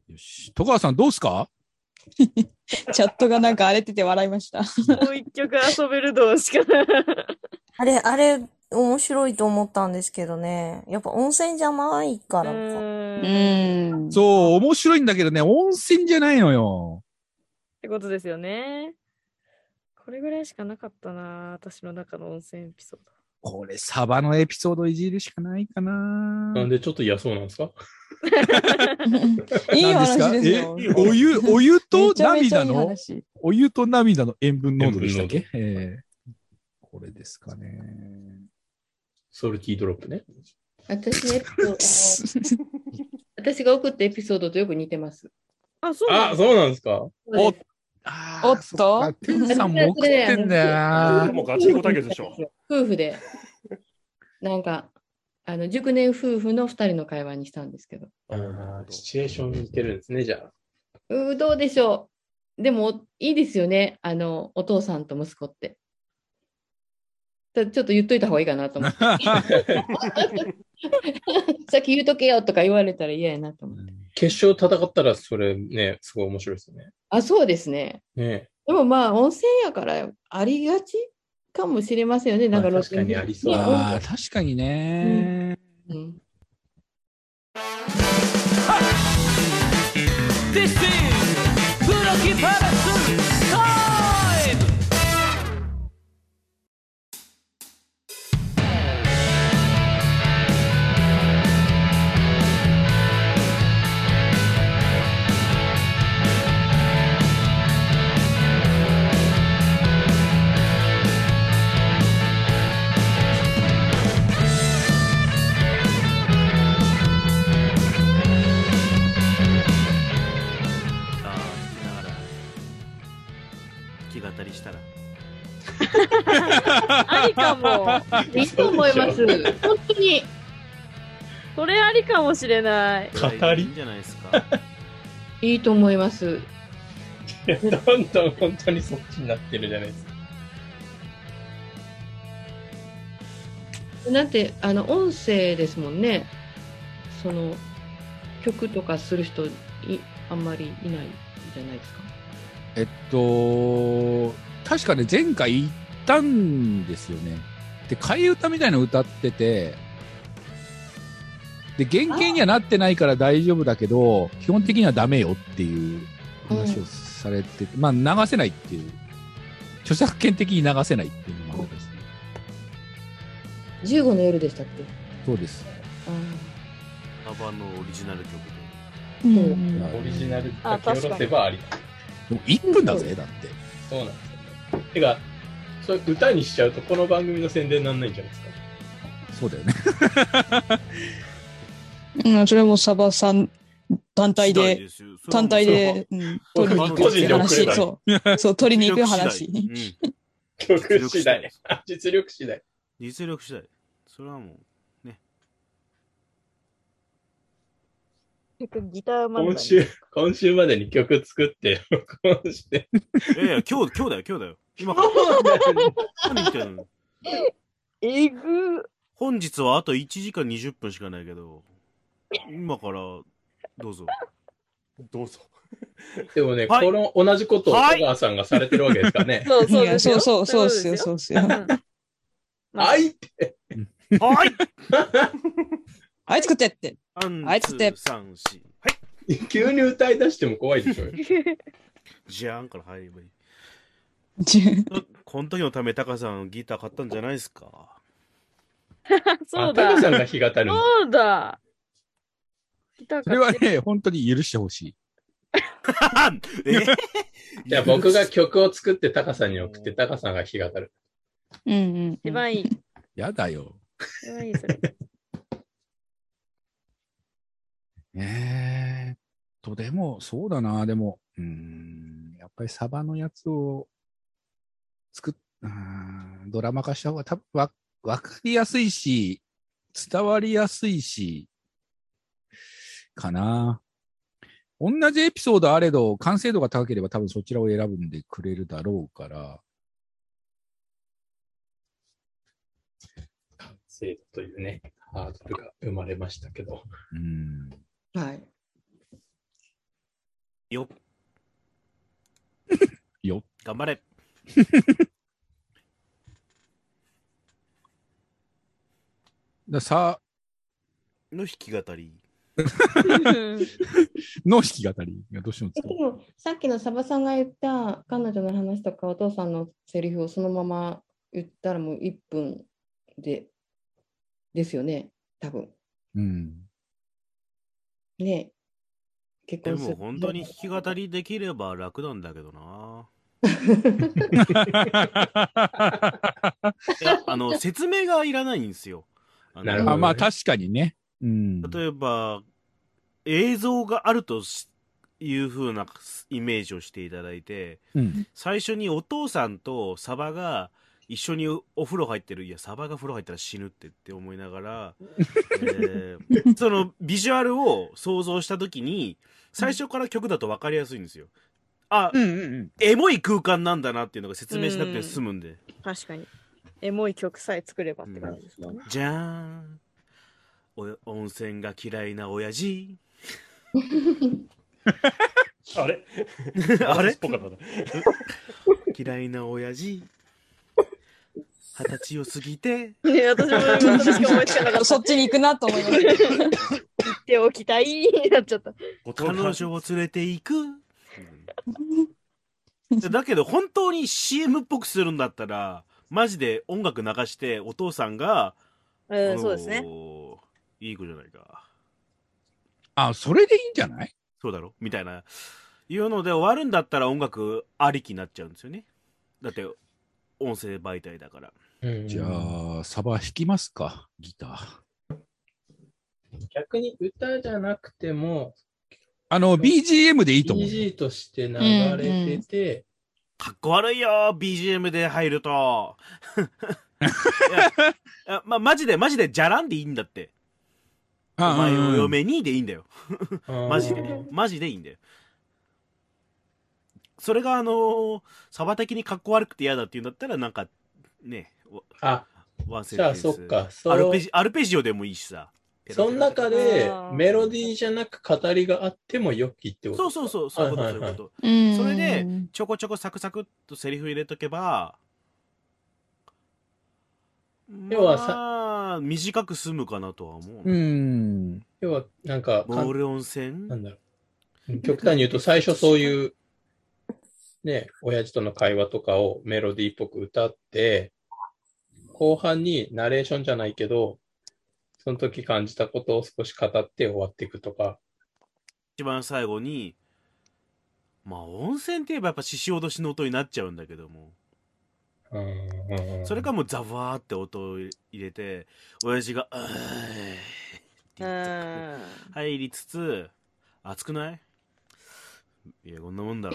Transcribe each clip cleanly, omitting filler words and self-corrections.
よし。戸川さんどうすか？ チャットがなんか荒れてて笑いました。 もう一曲遊べる同士かな。 あれ、面白いと思ったんですけどね。やっぱ温泉じゃないからか。 そう、面白いんだけどね、温泉じゃないのよ。 ってことですよね。これぐらいしかなかったな、私の中の温泉エピソード。 これ、サバのエピソードいじるしかないかな。 なんでちょっと嫌そうなんですか？ いい話ですよ。 お湯とめちゃめちゃいい涙の、 話。 お湯と涙の塩分濃度でしたっけ？これですかね。 ソルティードロップね。 私のエピソード、私が送ったエピソードとよく似てます。 あ、そうなんですか？ おっとテンさんも送ってんだよな。 もうガチンコ対決でしょ。 夫婦で、なんか、熟年夫婦の2人の会話にしたんですけど。 シチュエーション似てるんですね、じゃあ。 どうでしょう。でも、いいですよね。お父さんと息子って。ちょっと言っといた方がいいかなと思って。さっき言うとけよとか言われたら嫌やなと思って。 決勝戦ったらそれね、すごい面白いですよね。 あ、そうですね。 ね。 でもまあ、温泉やからありがちかもしれませんよね。なんか確かにありそう。 確かにね。 This is 黒木パラスタイム。語りしたらありかも。 いいと思います。本当に。 これありかもしれない。 語りいいんじゃないですか。 いいと思います。 どんどん本当にそっちになってるじゃないですか。 なんて、音声ですもんね。その、曲とかする人あんまりいないんじゃないですか。 確かね、前回行ったんですよね。で、替え歌みたいなの歌ってて、で、原型にはなってないから大丈夫だけど、基本的にはダメよっていう話をされてて、まあ流せないっていう、著作権的に流せないっていうのもあるんですね。 15の夜でしたっけ？ そうです。 サバのオリジナル曲で。 オリジナル書き下ろせばありだ。 でも1分だぜ、だって。 そうなんですよね。てか、それ歌にしちゃうとこの番組の宣伝にならないんじゃないですか。 そうだよね。 それもサバさん単体で、取りに行くって話。そう、取りに行く話。 曲次第。実力次第。 実力次第。それはもう、ね。 ギターマン今週までに曲作って、録音して。 いや、今日だよ。今から。何言ってんの？ えぐ。 本日はあと1時間20分しかないけど、今からどうぞ。 どうぞ。でもね、この同じことを戸川さんがされてるわけですからね。 そうっすよ。 はいって。 はいはい、作ってって。はい、作って。 3、4、はい。 急に歌い出しても怖いでしょ。 じゃーんから入ればいい。この時のため、タカさんギター買ったんじゃないですか。 そうだ。 タカさんが弾き語る。 そうだ。 それはね、本当に許してほしい。 じゃあ僕が曲を作ってタカさんに送って、タカさんが弾き語る。 一番いい。 やだよ。 一番いい、それ。 でも、そうだな、でも、やっぱりサバのやつをドラマ化した方が多分わかりやすいし、伝わりやすいし、かな。同じエピソードあれど、完成度が高ければ多分そちらを選ぶんでくれるだろうから。 完成度というね、ハードルが生まれましたけど。 はい。 よ。 よ。 頑張れ。 さの弾き語り。 の弾き語りがどうしてもでもさっきのサバさんが言った彼女の話とかお父さんのセリフをそのまま言ったらもう1分ですよね、多分。 うん。 ね、結で婚する。 も本当に弾き語りできれば楽なんだけどな。いや、説明がいらないんですよ。 なるほどね。 まあ確かにね。うん。 例えば、映像があるという風なイメージをしていただいて、 うん、 最初にお父さんとサバが一緒にお風呂入ってる、いや、サバが風呂入ったら死ぬって思いながら、そのビジュアルを想像したときに、最初から曲だと分かりやすいんですよ。あ、エモい空間なんだなっていうのが説明しなくて済むんで。 確かに。エモい曲さえ作ればって感じですかね。 じゃーん。温泉が嫌いな親父。 あれあれ嫌いな親父。20歳を過ぎて。 いや、私もしか思いつかなかった。 そっちに行くなと思いました。 言っておきたいになっちゃった。 彼女を連れて行く。だけど本当に CM っぽくするんだったらマジで音楽流してお父さんが、 そうですね。 いい子じゃないか。 あ、それでいいんじゃない？ そうだろみたいないうので終わるんだったら音楽ありきになっちゃうんですよね。だって音声媒体だから。 じゃあサバ弾きますか、ギター。 逆に歌じゃなくても BGM でいいと思う。 BG として流れてて、 かっこ悪いよ BGM で入ると。いやマジでじゃらんでいいんだって。お前を嫁にでいいんだよ。マジでいいんだよ。それがサバ的にかっこ悪くて嫌だっていうんだったらなんかね、ワンセンテンス。 じゃあそっか。 アルペジオでもいいしさ。 その中でメロディーじゃなく語りがあってもよきってことそういうこと。それでちょこちょこサクサクっとセリフ入れとけば、要は短く済むかなとは思う。 要はなんかモール温泉なんだろう。極端に言うと最初そういうね、親父との会話とかをメロディーっぽく歌って、後半にナレーションじゃないけど、その時感じたことを少し語って終わっていくとか。 一番最後に、まあ温泉って言えばやっぱ獅子落しの音になっちゃうんだけども。それかもうザワーって音を入れて、親父が、入りつつ、熱くない？いや、こんなもんだろ。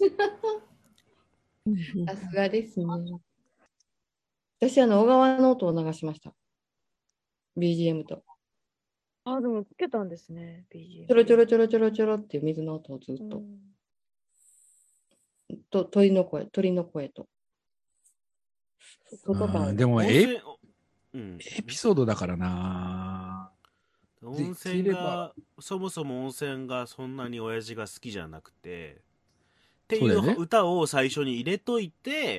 さすがですね。私、小川の音を流しました。BGM と。 あ、でもつけたんですね、BGM。 ちょろちょろちょろちょろちょろっていう水の音をずっと。鳥の声と。 でもエピソードだからな。 温泉がそもそも温泉がそんなに親父が好きじゃなくてっていう歌を最初に入れといて、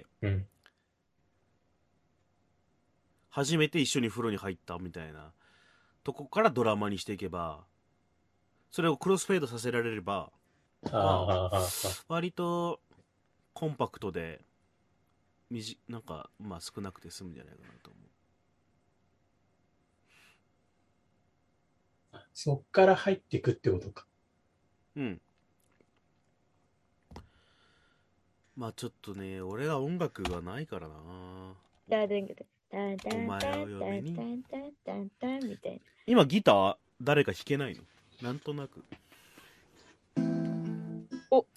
初めて一緒に風呂に入ったみたいなとこからドラマにしていけば、それをクロスフェードさせられれば、割とコンパクトでなんかまあ少なくて済むんじゃないかなと思う。 そっから入っていくってことか。 うん。まあちょっとね、俺は音楽がないからな。お前を嫁に。今ギター誰か弾けないの？なんとなく。 お。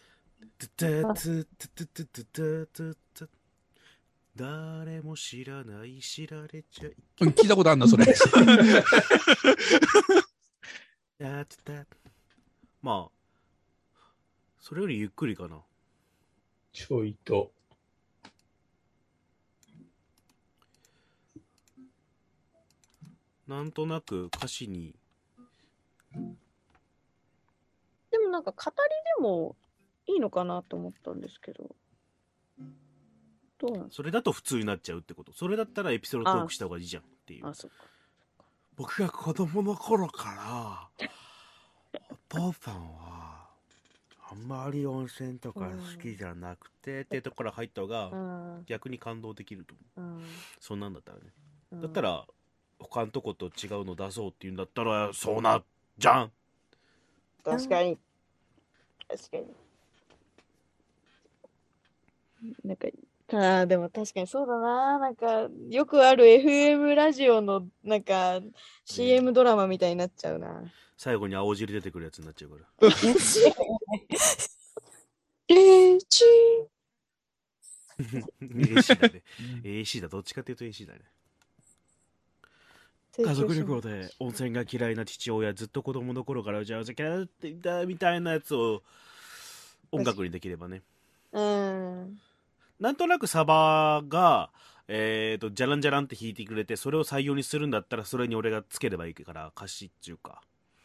誰も知らない知られちゃい聞いたことあるんだそれ。 まあそれよりゆっくりかな。 ちょいとなんとなく歌詞にでもなんか語りでもいいのかなと思ったんですけど。どうなんですか？ それだと普通になっちゃうってこと。それだったらエピソードトークした方がいいじゃんっていう。 あ、そっか。 僕が子供の頃からお父さんはあんまり温泉とか好きじゃなくてっていうところから入った方が逆に感動できると思う。そんなんだったらね。だったら他のとこと違うの出そうっていうんだったらそうなじゃん。 確かに。確かに。なんか、でも確かにそうだな。なんか、よくある FM ラジオの、なんか、CM ドラマみたいになっちゃうな。 最後に青汁出てくるやつになっちゃうから。AC だね。AC だ。どっちかっていうと AC だね。家族旅行で温泉が嫌いな父親、ずっと子供の頃からうじゃうじゃキャラっていたみたいなやつを音楽にできればね。なんとなくサバが、じゃらんじゃらんって弾いてくれて、それを採用にするんだったら、それに俺がつければいいから、歌詞っていうか。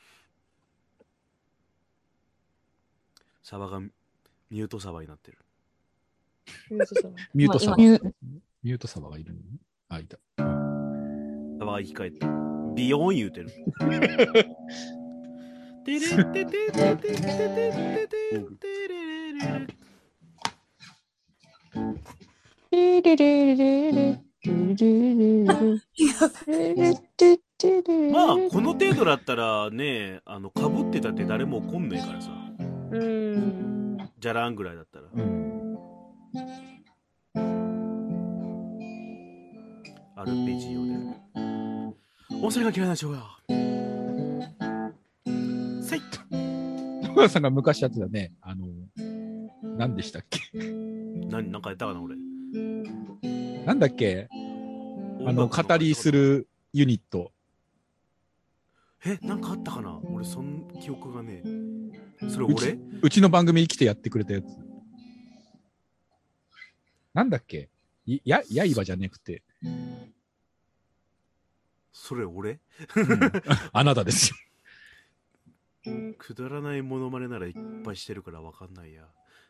サバがミュートサバになってる。 ミュートサバ。ミュートサバがいるの？あ、いた。 サバが生き返った。ビヨーン言うてる。てれてててててててててれれ。まあこの程度だったらね、かぶってたって誰も怒んないからさ。じゃらんぐらいだったら。アルペジオで。温泉が嫌いな人が。せいっ。 お母さんが昔やってたね。何でしたっけ？ なんかやったかな俺。 なんだっけ？語りするユニット。 なんかあったかな俺、そん記憶がね。それ俺？ うちの番組に来てやってくれたやつ。なんだっけ？刃じゃなくて。 それ俺？ あなたですよ。くだらないモノマネならいっぱいしてるからわかんないや。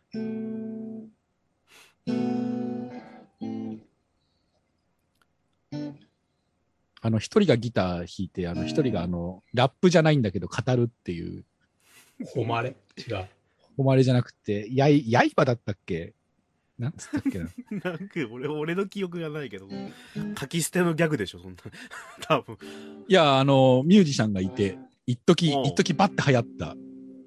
一人がギター弾いて、一人がラップじゃないんだけど語るっていう。 誉れ？違う。 誉れじゃなくて、刃だったっけ？なんつったっけな。 なんか俺の記憶がないけど、書き捨てのギャグでしょ、そんな。多分。 いや、ミュージシャンがいて、一時バッて流行った。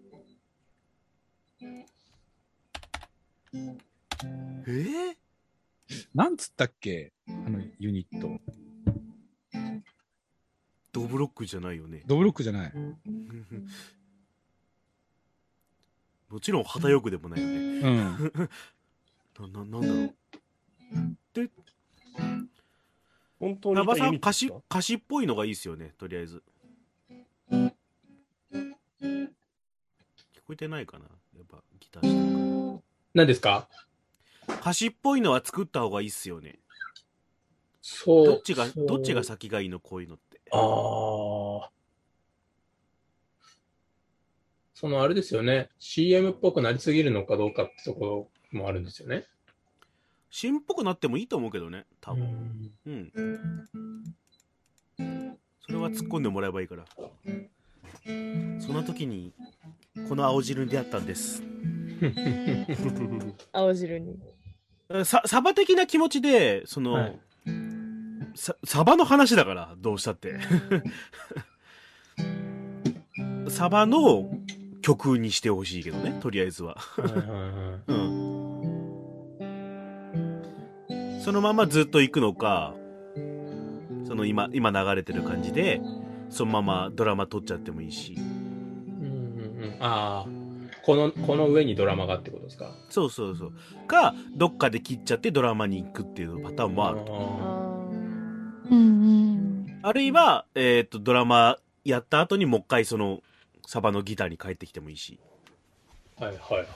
なんつったっけ？ユニット。 ドブロックじゃないよね。 ドブロックじゃない。 もちろん旗よくでもないよね。なんだろう。で、 本当に歌詞っぽいのがいいですよね、とりあえず。聞こえてないかな、やっぱギターしてるから。 何ですか？ 歌詞っぽいのは作った方がいいっすよね。 そう。 どっちが先がいいの、こういうのって。 あれですよね。CM っぽくなりすぎるのかどうかってところもあるんですよね。 CM っぽくなってもいいと思うけどね、多分。それは突っ込んでもらえばいいから。その時に、この青汁に出会ったんです。 青汁に。 サバ的な気持ちで、サバの話だから、どうしたって。サバの曲にしてほしいけどね、とりあえずは。そのままずっと行くのか、今流れてる感じで、そのままドラマ撮っちゃってもいいし。 この上にドラマがってことですか？ そう。か、どっかで切っちゃってドラマに行くっていうパターンもあると。あるいは、ドラマやった後にもう一回サバのギターに帰ってきてもいいし。 どう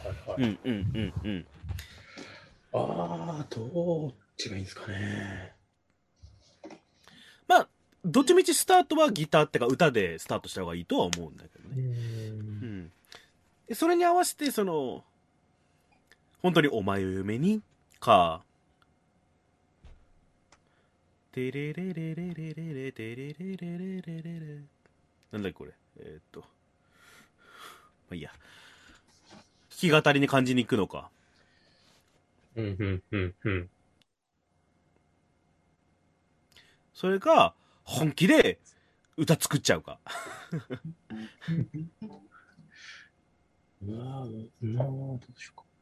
違いんですかね。 まあ、どっちみちスタートはギターってか歌でスタートした方がいいとは思うんだけどね。 でそれに合わせて本当にお前を夢にか、テレレレレレレレテレレレレレレレ、なんだっけこれ、まあいいや、弾き語りに感じに行くのか。それが本気で歌作っちゃうか。 どうしようか。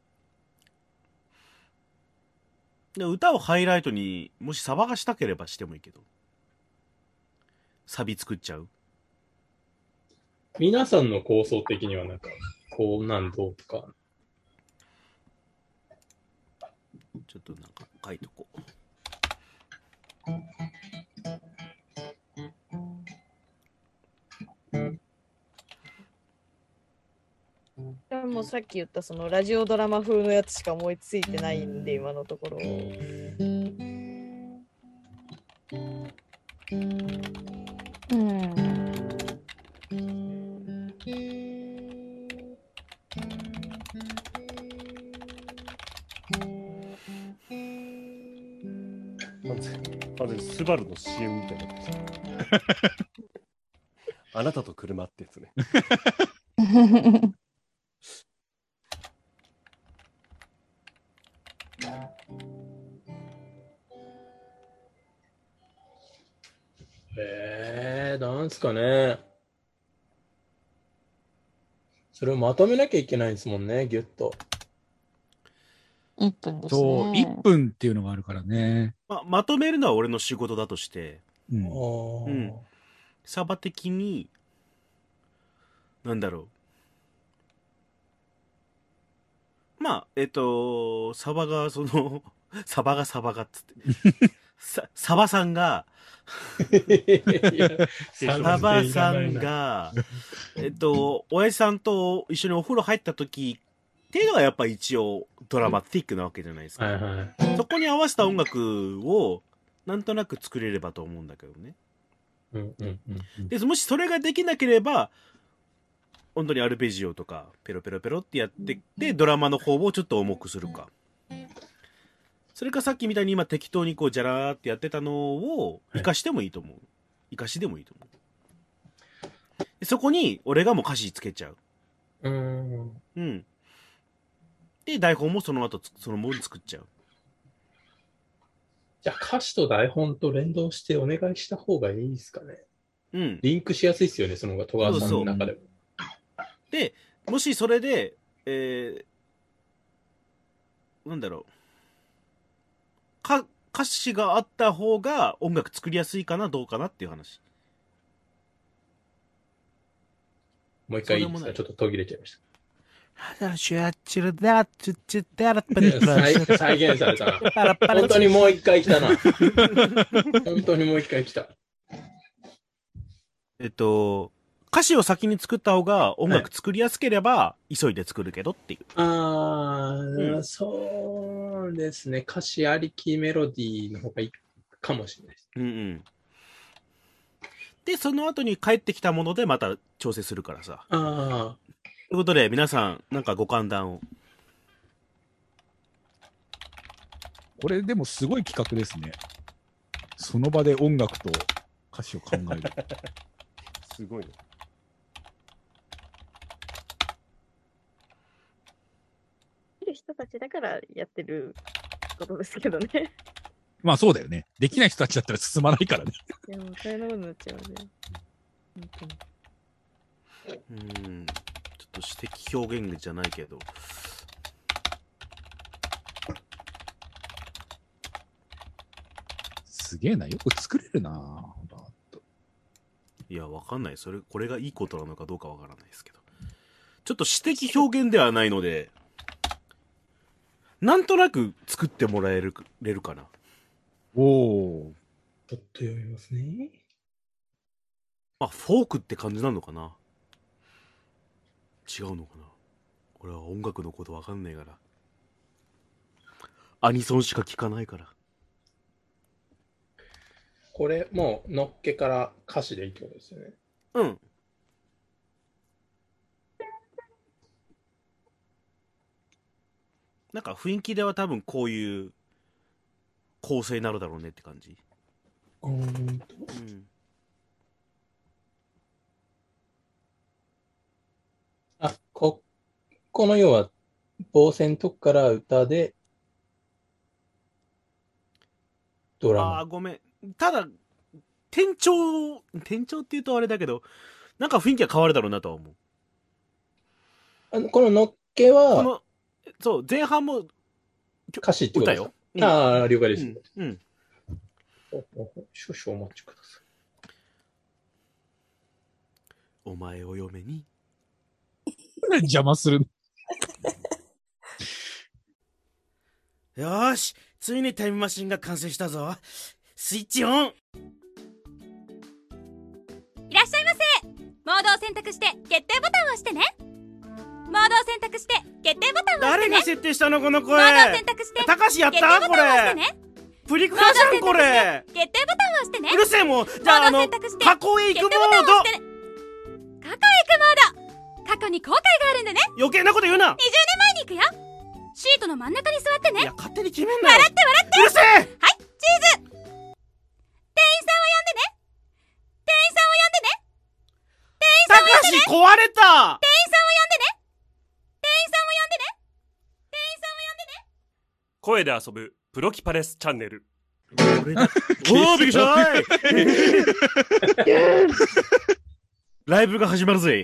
で歌をハイライトにもしサバがしたければしてもいいけど、サビ作っちゃう。 皆さんの構想的にはなんかこうなんどうとか。 ちょっとなんか書いとこう。 もうさっき言ったそのラジオドラマ風のやつしか思いついてないんで、今のところ。 完全にスバルの CM みたいになってあなたと車ってやつね。 なんすかね。それをまとめなきゃいけないんですもんね、ギュッと。 1分ですね。 そう、1分っていうのがあるからね。 まとめるのは俺の仕事だとして、 うんサバ的に、なんだろう。まあ、サバがサバがっつって。サバさんが、サバさんが、親父さんと一緒にお風呂入った時っていうのがやっぱ一応ドラマティックなわけじゃないですか。そこに合わせた音楽をなんとなく作れればと思うんだけどね。でもしそれができなければ、本当にアルペジオとかペロペロペロってやってってドラマの方をちょっと重くするか。それかさっきみたいに今適当にこうジャラーってやってたのを活かしてもいいと思う。活かしでもいいと思う。でそこに俺がもう歌詞つけちゃう。で台本もその後そのもの作っちゃう。 じゃあ歌詞と台本と連動してお願いした方がいいですかね。リンクしやすいですよね、その方が戸川さんの中でも。 で、もしそれで、なんだろう。歌詞があった方が音楽作りやすいかなどうかなっていう話。 もう一回いいですか？ちょっと途切れちゃいました。再現されたな。本当にもう一回来たな。本当にもう一回来た。 歌詞を先に作った方が音楽作りやすければ急いで作るけどっていう。 そうですね。歌詞ありきメロディーの方がいいかもしれないです。 で、その後に帰ってきたものでまた調整するからさ。ということで皆さんなんかご歓談を。 これでもすごい企画ですね。その場で音楽と歌詞を考える。 すごいね。 人たちだからやってることですけどね。 まあそうだよね。できない人たちだったら進まないからね。 いやもう大変なことになっちゃうね。 ちょっと詩的表現じゃないけど。 すげえな、よく作れるな。 いや、わかんない。これがいいことなのかどうかわからないですけど。ちょっと詩的表現ではないので、なんとなく作ってもらえるかな。 ちょっと読みますね。 まあ、フォークって感じなのかな。違うのかな。俺は音楽のことわかんないから。アニソンしか聞かないから。 これもうのっけから歌詞でいいってことですよね。 なんか雰囲気では多分こういう構成になるだろうねって感じ。うん。 あ、この要は、防戦とこから歌で、ドラマ。 ああ、ごめん。ただ、店長って言うとあれだけど、なんか雰囲気が変わるだろうなとは思う。 こののっけは、 そう、前半も歌詞ってことですか？ 歌よ。 ああ、了解です。 うん。 少々お待ちください。 お前を嫁に。 邪魔する。 よーし、ついにタイムマシンが完成したぞ。スイッチオン。 いらっしゃいませ。モードを選択して決定ボタンを押してね。モードを選択して決定ボタンを押してね。 誰が設定したのこの声。 モードを選択してたかしやった決定ボタンを押してこれ。 ね。 プリクラじゃんこれ。 決定ボタンを押してね。 うるせえもう。じゃあ過去へ行くモード。 過去へ行くモード。過去に後悔があるんでね。 余計なこと言うな。 20年前に行くよ。シートの真ん中に座ってね。 いや勝手に決めんなよ。 笑って笑って。 うるせえ。 はい、チーズ。店員さんを呼んでね。店員さんを呼んでね。店員さんを呼んでね。 たかし壊れた。 店員さんを呼んでね。店員さんを呼んでね。店員さんを呼んでね。 声で遊ぶプロキパレスチャンネル。 おーびっくりしたーい。ライブが始まるぜ。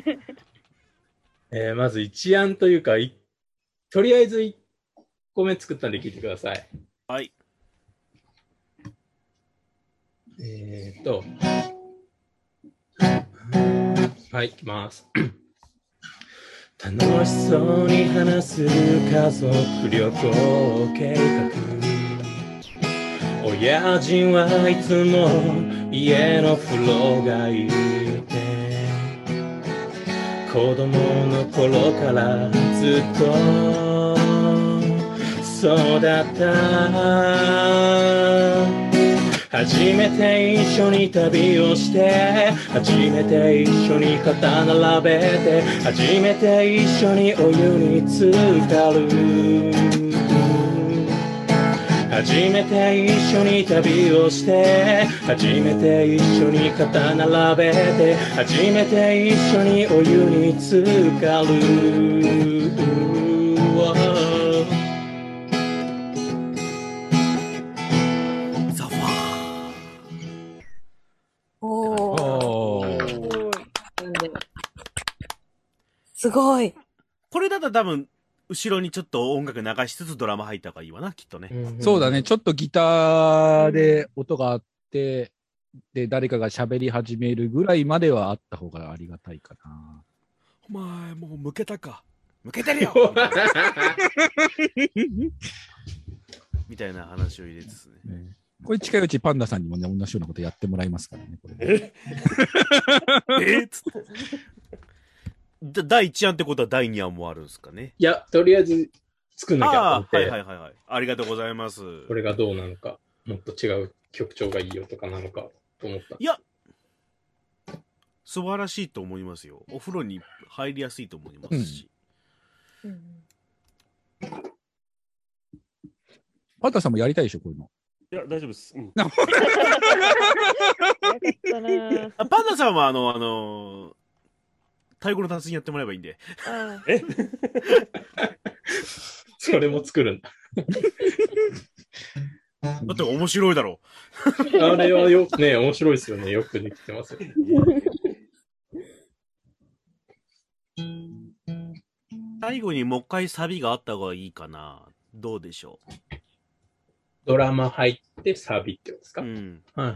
まず一案というか、とりあえず1個目作ったんで聞いてください。 はい。 はい、いきます。楽しそうに話す家族旅行計画。親父はいつも家の風呂がいて、子供の頃からずっとそうだった。初めて一緒に旅をして、初めて一緒に肩並べて、初めて一緒にお湯に浸かる。初めて一緒に旅をして、初めて一緒に肩並べて、初めて一緒にお湯に浸かる。 ザファー。 おー。すごい。 これだと多分、後ろにちょっと音楽流しつつドラマ入った方がいいわな、きっとね。 そうだね。ちょっとギターで音があって、で、誰かが喋り始めるぐらいまではあった方がありがたいかな。 お前、もう向けたか。向けてるよみたいな話を入れつつね。 これ近いうちパンダさんにもね、同じようなことやってもらいますからね。これつって第1案ってことは第2案もあるんですかね。 いや、とりあえず作んなきゃと思って。 はいはいはいはい。ありがとうございます。 これがどうなのか、もっと違う曲調がいいよとかなのかと思った。 いや、素晴らしいと思いますよ。お風呂に入りやすいと思いますし。 パンダさんもやりたいでしょ、こういうの。 いや、大丈夫です。 パンダさんは太鼓の達人やってもらえばいいんで。 えそれも作るんだ。 だって面白いだろ。 あれはね、面白いですよね。よくできてますよね。 最後にもう一回サビがあった方がいいかな。どうでしょう。 ドラマ入ってサビってことですか？ はいはい。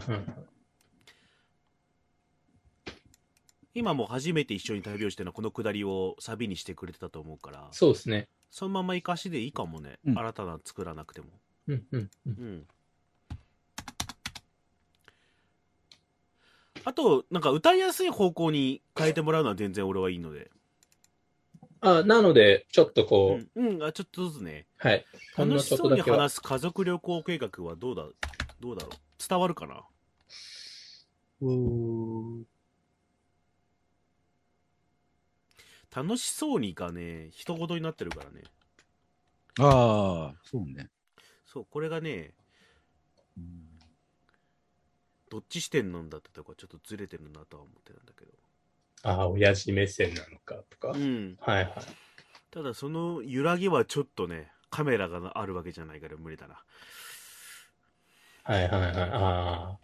今も初めて一緒に旅をしてるのはこのくだりをサビにしてくれてたと思うから。 そうですね。 そのまま生かしでいいかもね。新たな作らなくても。あと、なんか歌いやすい方向に変えてもらうのは全然俺はいいので。 なので、ちょっとこう。ちょっとずつね。 はい。 楽しそうに話す家族旅行計画はどうだろう。伝わるかな。楽しそうにがね、一言になってるからね。 ああ、そうね。 そう、これがね、どっち視点なんだってとこちょっとずれてるなとは思ってるんだけど。 ああ、親父目線なのかとか。 うん。 はいはい。 ただその揺らぎはちょっとね、カメラがあるわけじゃないから無理だな。 はいはいはい。ああ。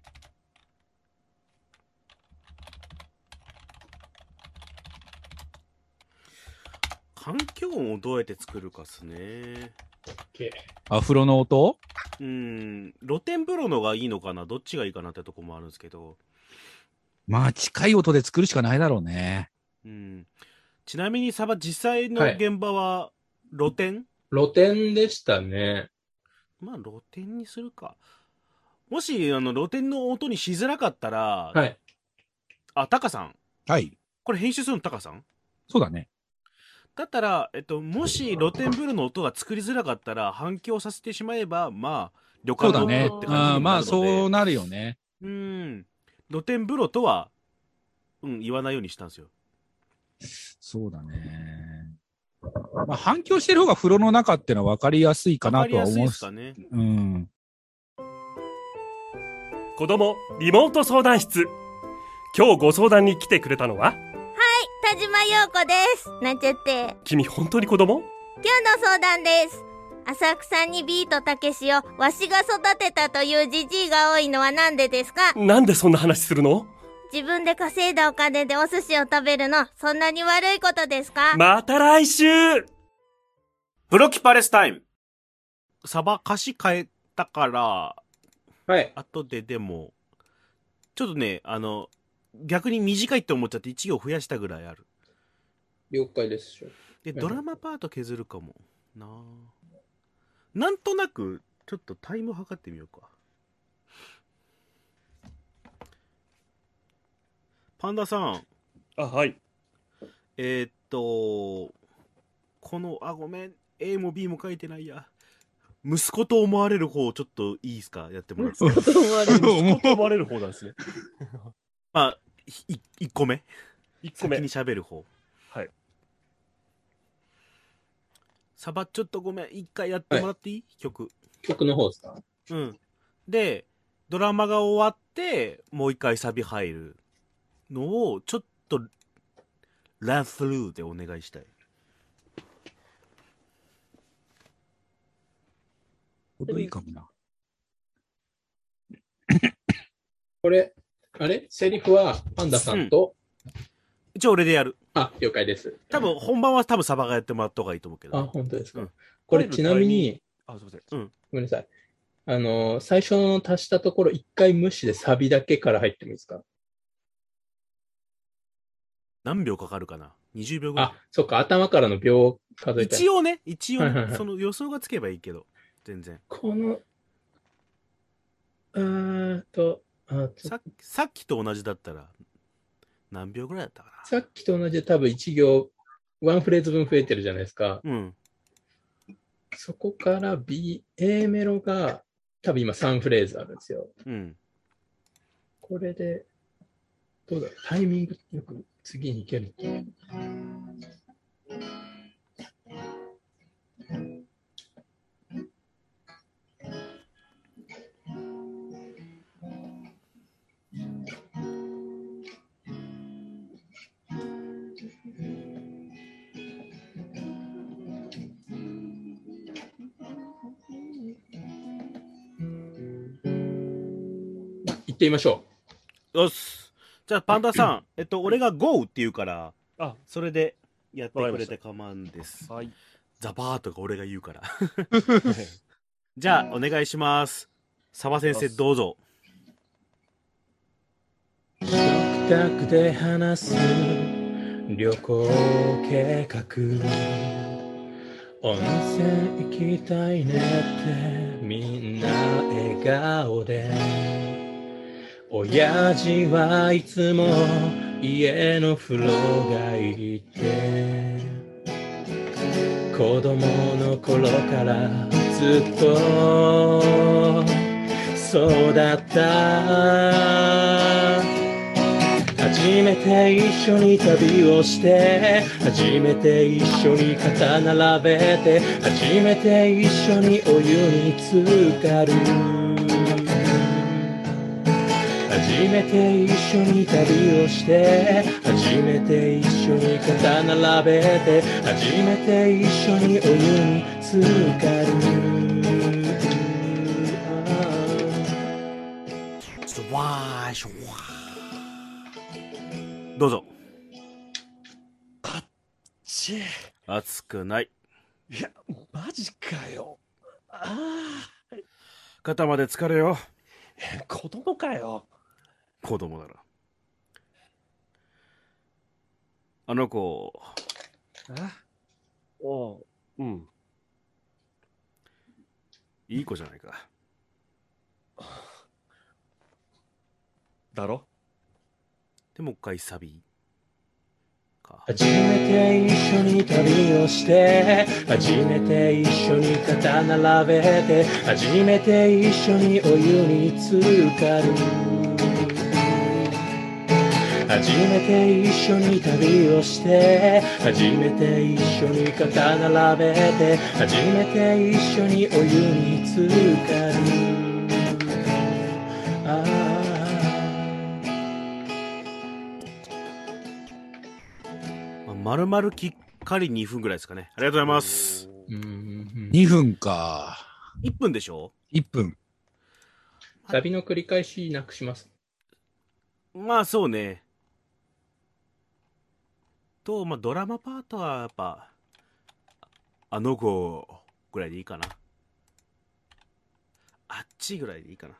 環境音をどうやって作るかっすね。 あ、風呂の音？ 露天風呂のがいいのかな、どっちがいいかなってとこもあるんですけど。 まあ、近い音で作るしかないだろうね。 ちなみにサバ、実際の現場は露天？ 露天でしたね。 まあ、露天にするか。もし、露天の音にしづらかったら、 はい。 あ、タカさん。 はい。 これ編集するのタカさん？ そうだね。 だったら、もし露天風呂の音が作りづらかったら、反響させてしまえば、まあ、旅館の音って感じにもなるので。 まあ、そうなるよね。 露天風呂とは、言わないようにしたんですよ。 そうだね。まあ、反響してる方が風呂の中ってのは分かりやすいかなとは思う。 分かりやすいですかね。 子供リモート相談室。今日ご相談に来てくれたのは？ 田島陽子です。なんちゃって。 君本当に子供？ 今日の相談です。浅草にビートたけしをわしが育てたというじじいが多いのはなんでですか？ なんでそんな話するの？ 自分で稼いだお金でお寿司を食べるの、そんなに悪いことですか？ また来週。 プロキパレスタイム。サバ貸し変えたから、 はい。 後ででも、ちょっとね、逆に短いって思っちゃって1行増やしたぐらいある。 了解です。 で、ドラマパート削るかもな。なんとなくちょっとタイム測ってみようか。パンダさん。 あ、はい。 この、ごめん、A も B も書いてないや。息子と思われる方ちょっといいですか？やってもらって。 息子と思われる息子と思われる方なんですね。 まあ、1個目。 1個目。 先に喋る方。 はい。 サバちょっとごめん、一回やってもらっていい？はい、曲の方ですか？ で、ドラマが終わって、もう一回サビ入るのを、ちょっと、ランスルーでお願いしたい。 ほどいいかもな。 これ、あれセリフはパンダさんと、 一応俺でやる。 あ、了解です。 多分、本番は多分サバがやってもらった方がいいと思うけど。 あ、本当ですか。これちなみに、 すいません。 ごめんなさい。最初の足したところ、一回無視でサビだけから入ってもいいですか？ 何秒かかるかな ?20 秒ぐらい。 あ、そっか、頭からの秒数えて。 一応ね、その予想がつけばいいけど、全然。 この、 さっきと同じだったら、何秒ぐらいだったかな。 さっきと同じで多分1行、ワンフレーズ分増えてるじゃないですか。そこから A メロが多分今3フレーズあるんですよ。これで、どうだろう、タイミングよく次に行けると。行ってみましょう。よし。じゃあ、パンダさん、俺が GO って言うから、それでやってくれて構わんです。 はい。 ザバーとか俺が言うから。じゃあ、お願いします。サバ先生、どうぞ。 食卓で話す旅行計画、温泉行きたいねってみんな笑顔で、親父はいつも家の風呂がいいって子供の頃からずっそうだった。8 初めて一緒に旅をして初めて一緒に肩並べて初めて一緒にお湯に浸かる初めて一緒に旅をして初めて一緒に肩並べて初めて一緒にお湯に浸かるどうぞ。 あっち。 熱くない。 いや、マジかよ。ああ。 肩まで疲れよ。 子供かよ。 子供だろ。あの子。 おう、うん。 いい子じゃないか。 だろ？ でもう一回サビか。 初めて一緒に旅をして初めて一緒に肩並べて初めて一緒にお湯に浸かる初めて一緒に旅をして初めて一緒に肩並べて初めて一緒にお湯に浸かる丸々きっかり2分ぐらいですかね。ありがとうございます。 2分か。 1分でしょ ?1 分。 サビの繰り返しなくします。 まあそうね。と、まあドラマパートはやっぱ、あの子ぐらいでいいかな。あっちぐらいでいいかな。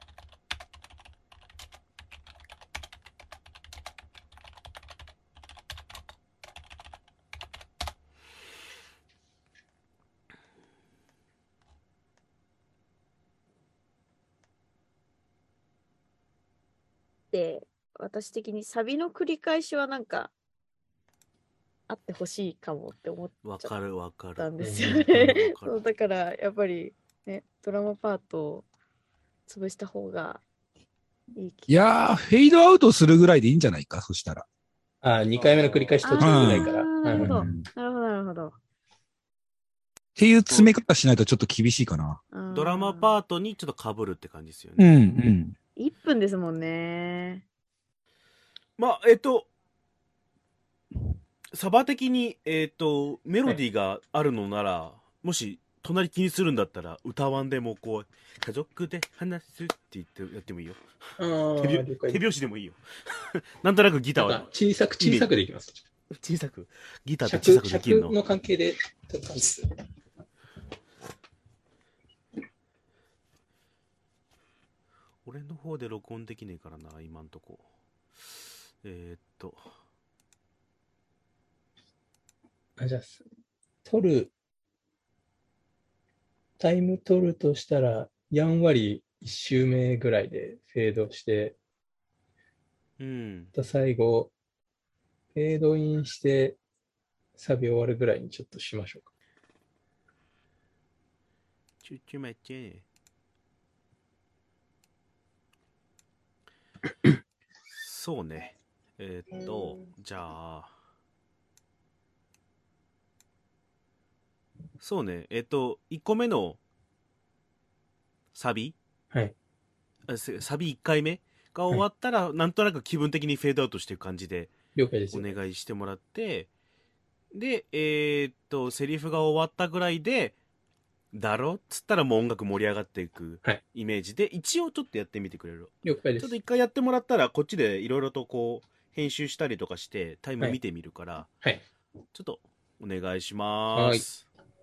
で、私的にサビの繰り返しはなんかあってほしいかもって思っちゃったんですよね。そうだからやっぱりね、ドラマパートを潰した方がいい気が。 いやー、フェードアウトするぐらいでいいんじゃないか、そしたら。 2回目の繰り返し途中ぐらいから。 なるほど。なるほど、なるほど。 っていう詰め方しないとちょっと厳しいかな。 ドラマパートにちょっと被るって感じですようんうね。 ん。 1分ですもんね。 まあ、サバ的に、メロディーがあるのなら、もし、隣気にするんだったら、歌わんでもこう、家族で話すって言ってやってもいいよ。手拍子でもいいよ。なんとなくギターは。 小さくでいきます。 小さく。ギターって小さくできるの。 尺の関係で、ちょっと感じする。 俺の方で録音できねえからな、今んとこ。 じゃあ、タイム取るとしたら、やんわり1周目ぐらいでフェードして、最後、フェードインして、サビ終わるぐらいにちょっとしましょうか。 ちょ待って。そうね。じゃあ、そうね。1個目のサビ、 はい。 サビ1回目が終わったら、なんとなく気分的にフェードアウトしていく感じで、 了解です。 お願いしてもらって、で、セリフが終わったぐらいで、だろっつったらもう音楽盛り上がっていくイメージで、一応ちょっとやってみてくれる？ 了解です。 ちょっと一回やってもらったら、こっちでいろいろとこう、編集したりとかして、タイム見てみるから、 はい。 ちょっとお願いします。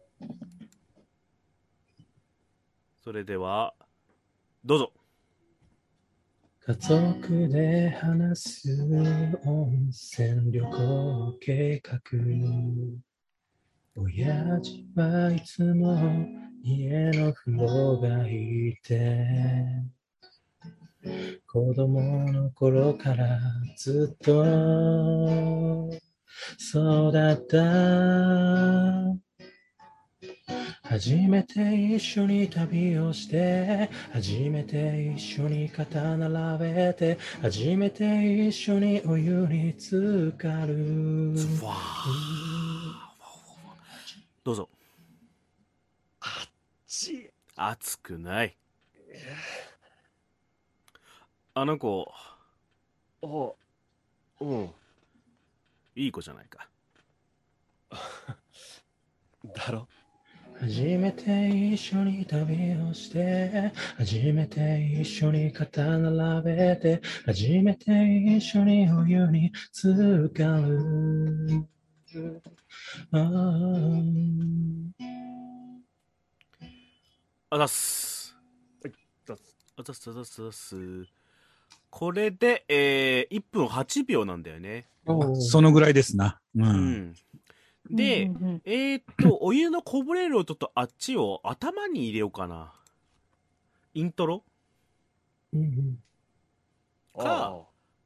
それでは、どうぞ。 家族で話す温泉旅行計画。親父はいつも家の風呂がいいて、子供の頃からずっとそうだった。 初めて一緒に旅をして、初めて一緒に肩並べて、初めて一緒にお湯に浸かる。 どうぞ。 熱熱くない。あの子、いい子じゃないか。 だろ。 初めて一緒に旅をして、初めて一緒に肩並べて、初めて一緒にお湯に浸かる。 あざっす。あざっすあざっすあざっす。これで、1分8秒なんだよね。 そのぐらいですな。 で、お湯のこぼれる音とあっちを頭に入れようかな。イントロか、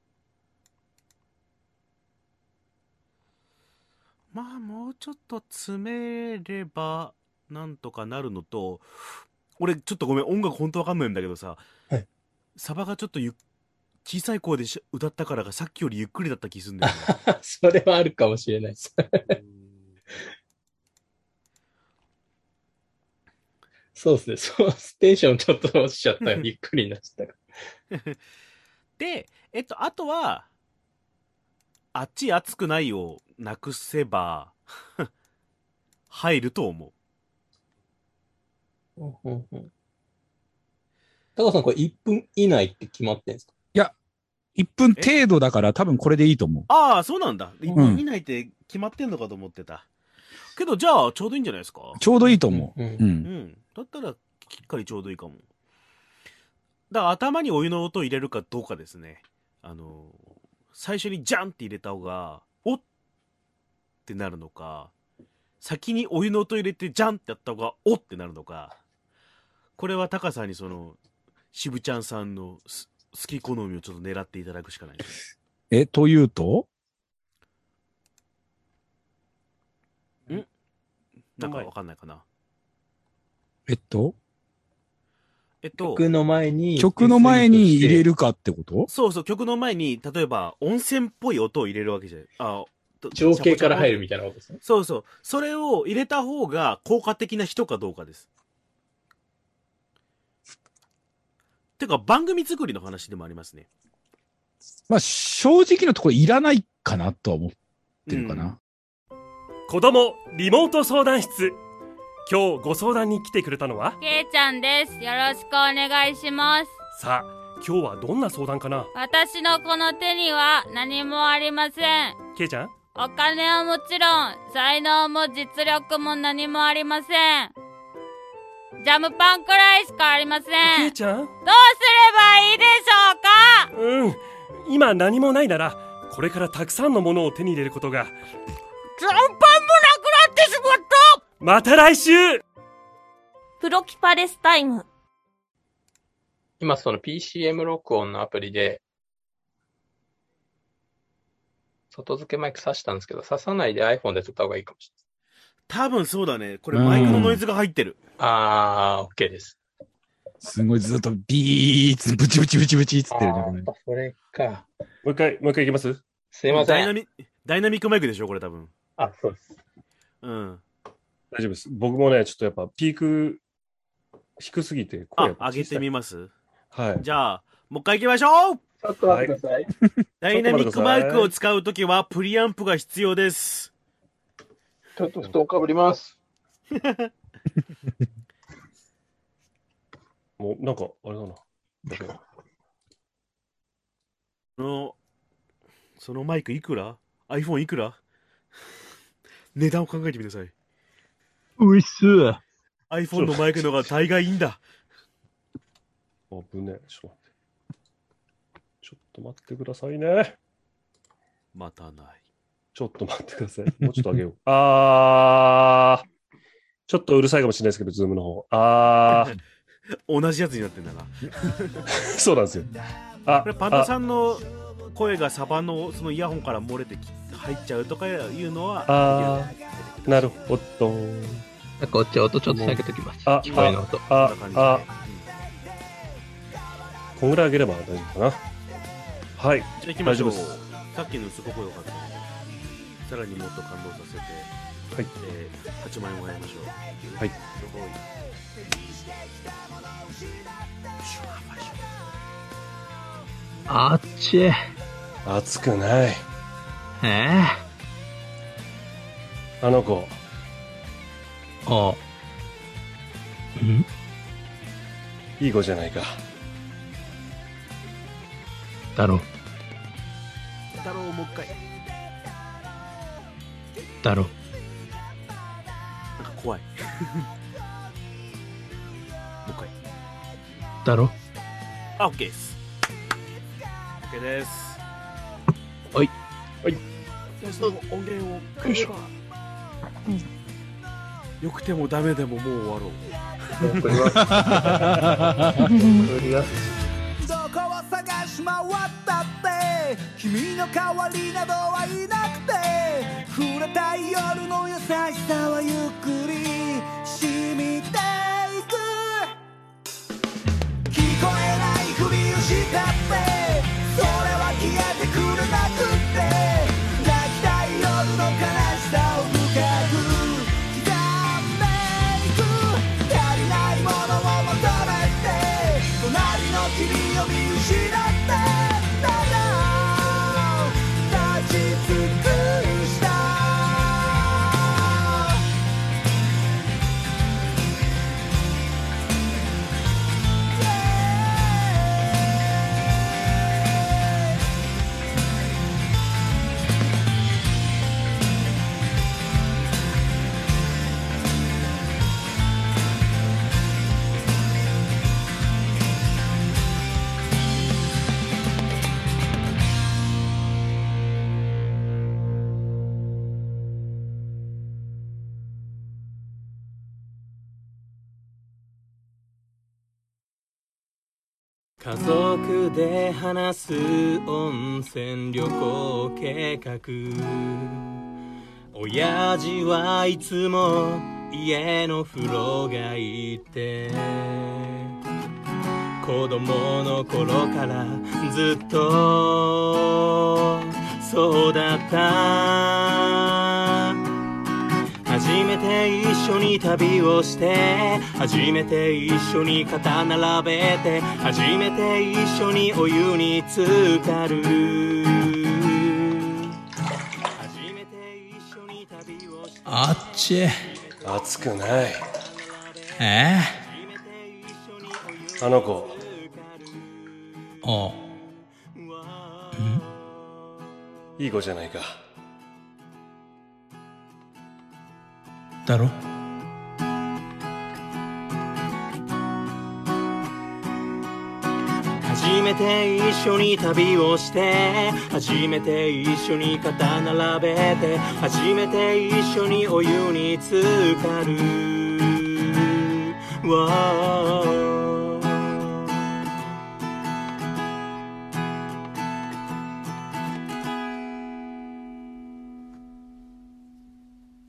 まあもうちょっと詰めればなんとかなるのと、俺ちょっとごめん、音楽ほんとわかんないんだけどさ、サバがちょっと小さい声で歌ったからがさっきよりゆっくりだった気するんだよね。 それはあるかもしれないです。そうですね。そうテンションちょっと落ちちゃったゆっくりになっちゃった。 で、あとはあっち熱くないをなくせば入ると思う。 高さん、これ1分以内って決まってんですか？ いや、1分程度だから多分これでいいと思う。 ああ、そうなんだ。1分以内って決まってんのかと思ってた。けど、じゃあ、ちょうどいいんじゃないですか？ ちょうどいいと思う。 だったら、きっかりちょうどいいかも。だから頭にお湯の音を入れるかどうかですね。最初にジャンって入れた方が、おってなるのか、先にお湯の音入れてジャンってやった方が、おってなるのか、これはタカさんに渋ちゃんさんの好き好みをちょっと狙っていただくしかない。 というとなんかわかんないかな。 曲の前に入れるかってこと？ そうそう、曲の前に、例えば、温泉っぽい音を入れるわけじゃない。 情景から入るみたいなことですね。 そうそう。それを入れた方が効果的な人かどうかです。てか、番組作りの話でもありますね。 まあ、正直なところいらないかなとは思ってるかな。 子供リモート相談室。今日ご相談に来てくれたのはけいちゃんです。よろしくお願いします。 さあ、今日はどんな相談かな？ 私のこの手には何もありません。 けいちゃん？ お金はもちろん、才能も実力も何もありません。ジャムパンくらいしかありません。 けいちゃん？ どうすればいいでしょうか？ 今何もないなら、これからたくさんのものを手に入れることが。 ジャムパンもなくなってしまった。 また来週。 プロキパレスタイム。 今その PCM 録音のアプリで、外付けマイク挿したんですけど、挿さないで iPhone で撮った方がいいかもしれない。 多分そうだね。これマイクのノイズが入ってる。 OK です。 すごいずっとビーツ、ブチブチブチブチっつってるね。 それか。 もう一回いきます？ すいません。 ダイナミックマイクでしょこれ多分。 そうです。 大丈夫です。僕もね、ちょっとやっぱピーク低すぎて声上げてみます？ はい。 じゃあ、もう一回行きましょう。 ちょっと待ってください。 ダイナミックマイクを使うときはプリアンプが必要です。 ちょっと布団かぶります。 もうなんかあれだな。 そのマイクいくら？ iPhone いくら？値段を考えてみなさい。 ういっす。 iPhone のマイクの方が大概いいんだ。 危ねえ。ちょっと待ってくださいね。 またない。 ちょっと待ってください。もうちょっと上げよう。ちょっとうるさいかもしれないですけど、ズームの方。 同じやつになってんだな。 そうなんですよ。 これパンダさんの声がサバのそのイヤホンから漏れて入っちゃうとかいうのは。 なるほど。 こっち音ちょっと下げときます。 あ、 聞こえの音。 こんぐらい上げれば大丈夫かな。はい。 じゃあ行きましょう。 大丈夫です。 さっきのすごく良かったので、さらにもっと感動させて、 はい。 8万円もらいましょう。 はい。 あっち。 熱くない。あの子。いい子じゃないか。 だろ。 太郎もう一回。 だろ。 なんか怖い。もう一回。 だろ。 あ、OK です。OK です。 はい。 はい。 音源を変えれば。よくてもダメでももう終わろう。 どこを探し回ったって君の代わりなどはいなくて、触れたい夜の優しさはゆっくり染みていく。聞こえないふりをしたってそれは消えてくれなくって、泣きたい夜の悲しさを深く君を見失ってただ立ち尽くした家族で話す温泉旅行計画、親父はいつも家の風呂がいいって子供の頃からずっとそうだった。初めて一緒に旅をして初めて一緒に肩並べて初めて一緒にお湯に浸かるあっち。 熱くない。あの子。いい子じゃないか。 だろ。 初めて一緒に旅をして初めて一緒に肩並べて初めて一緒にお湯に浸かる